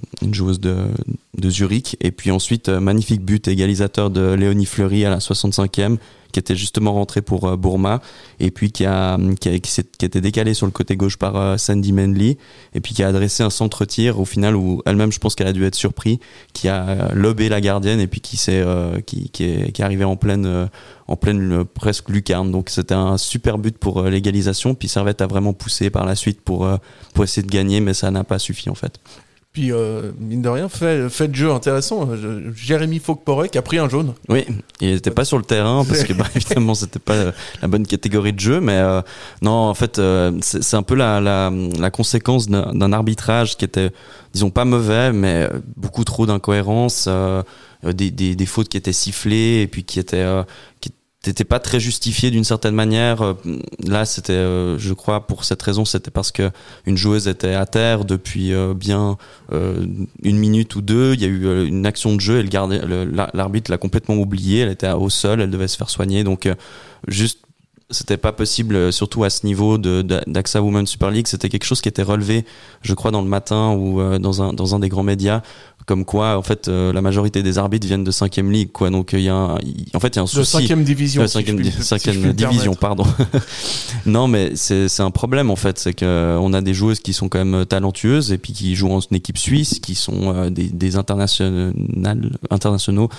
de Zurich, et puis ensuite magnifique but égalisateur de Léonie Fleury à la 65e qui était justement rentré pour Bourma et puis qui a été décalé sur le côté gauche par Sandy Manley et puis qui a adressé un centre-tir au final où elle-même je pense qu'elle a dû être surpris, qui a lobé la gardienne et puis qui est arrivé en pleine presque lucarne. Donc c'était un super but pour l'égalisation, puis Servette a vraiment poussé par la suite pour essayer de gagner, mais ça n'a pas suffi en fait. Puis mine de rien, fait de jeu intéressant. Jérémy Fauque-Porret qui a pris un jaune. Oui, il n'était pas sur le terrain parce que évidemment c'était pas la bonne catégorie de jeu, mais non, en fait c'est un peu la conséquence d'un arbitrage qui était, disons, pas mauvais, mais beaucoup trop d'incohérences, des fautes qui étaient sifflées et puis qui n'était pas très justifié d'une certaine manière. Là, c'était, je crois, pour cette raison, c'était parce que une joueuse était à terre depuis bien 1 minute ou 2. Il y a eu une action de jeu et l'arbitre l'a complètement oublié. Elle était au sol, elle devait se faire soigner. Donc, juste, c'était pas possible, surtout à ce niveau d'AXA Women's Super League. C'était quelque chose qui était relevé, je crois, dans le matin ou dans un des grands médias, comme quoi en fait la majorité des arbitres viennent de 5e ligue, quoi. Donc il y a un souci. De 5e division. 5e division, pardon. Non, mais c'est un problème en fait, c'est que on a des joueuses qui sont quand même talentueuses et puis qui jouent en équipe suisse, qui sont des internationaux.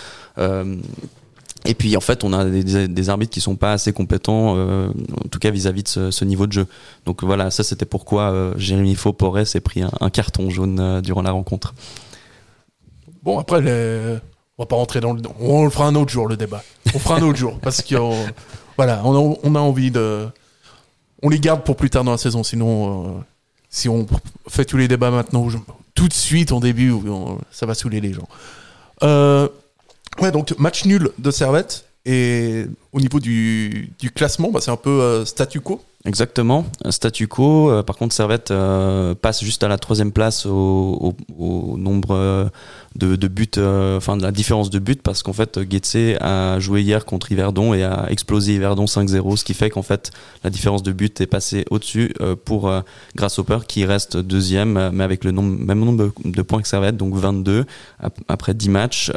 Et puis en fait on a des arbitres qui sont pas assez compétents en tout cas vis-à-vis de ce niveau de jeu. Donc voilà, ça c'était pourquoi Jérémy Fauque-Porret s'est pris un carton jaune durant la rencontre. Bon, après on va pas rentrer dans on le fera un autre jour, le débat. On fera un autre jour parce que voilà, on a envie on les garde pour plus tard dans la saison, sinon si on fait tous les débats maintenant tout de suite en début, ça va saouler les gens. Ouais, donc match nul de Servette. Et au niveau du classement, c'est un peu statu quo. Exactement, statu quo. Par contre, Servette passe juste à la 3e place au nombre de buts, de la différence de buts, parce qu'en fait, Getse a joué hier contre Yverdon et a explosé Yverdon 5-0, ce qui fait qu'en fait, la différence de buts est passée au-dessus pour Grasshopper, qui reste 2e, mais avec le même nombre de points que Servette, donc 22 après 10 matchs.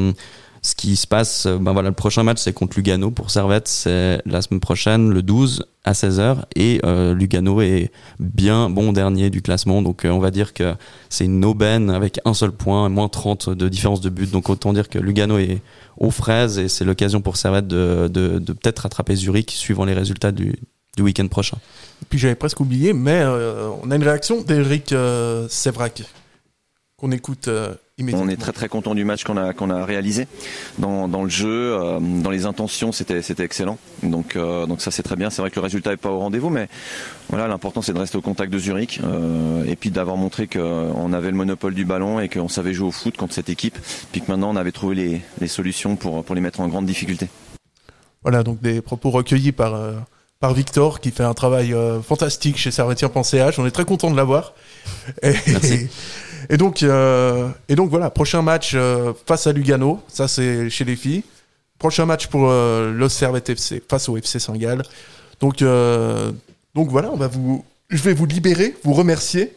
Ce qui se passe, le prochain match c'est contre Lugano pour Servette, c'est la semaine prochaine, le 12 à 16h, et Lugano est bien bon dernier du classement, donc on va dire que c'est une aubaine avec un seul point, moins 30 de différence de but, donc autant dire que Lugano est aux fraises, et c'est l'occasion pour Servette de peut-être rattraper Zurich suivant les résultats du week-end prochain. Et puis j'avais presque oublié, mais on a une réaction d'Eric Sévrac qu'on écoute immédiatement. On est très très content du match qu'on a réalisé. Dans le jeu, dans les intentions, c'était excellent. Donc ça c'est très bien. C'est vrai que le résultat n'est pas au rendez-vous, mais voilà, l'important c'est de rester au contact de Zurich et puis d'avoir montré qu'on avait le monopole du ballon et qu'on savait jouer au foot contre cette équipe, puis que maintenant on avait trouvé les solutions pour les mettre en grande difficulté. Voilà, donc des propos recueillis par Victor, qui fait un travail fantastique chez Servetien.ch. On est très content de l'avoir. Merci. Et donc voilà, prochain match face à Lugano, ça c'est chez les filles. Prochain match pour le Servette FC face au FC Saint-Gall. Donc voilà, je vais vous libérer, vous remercier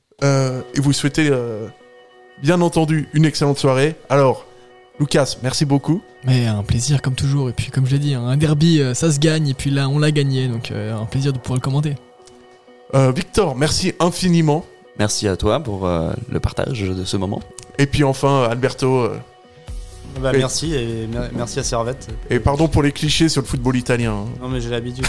et vous souhaiter bien entendu une excellente soirée. Alors, Lucas, merci beaucoup. Mais un plaisir comme toujours, et puis comme je l'ai dit, un derby ça se gagne, et puis là on l'a gagné, donc un plaisir de pouvoir le commenter. Victor, merci infiniment. Merci à toi pour le partage de ce moment. Et puis enfin, Alberto. Merci, et merci à Servette. Et pardon pour les clichés sur le football italien. Non, mais j'ai l'habitude.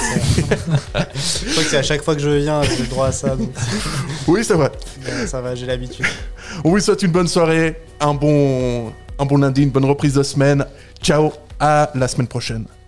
Je crois que c'est à chaque fois que je viens, j'ai le droit à ça. Donc... Oui, c'est vrai. Ça va, j'ai l'habitude. On vous souhaite une bonne soirée, un bon lundi, une bonne reprise de semaine. Ciao, à la semaine prochaine.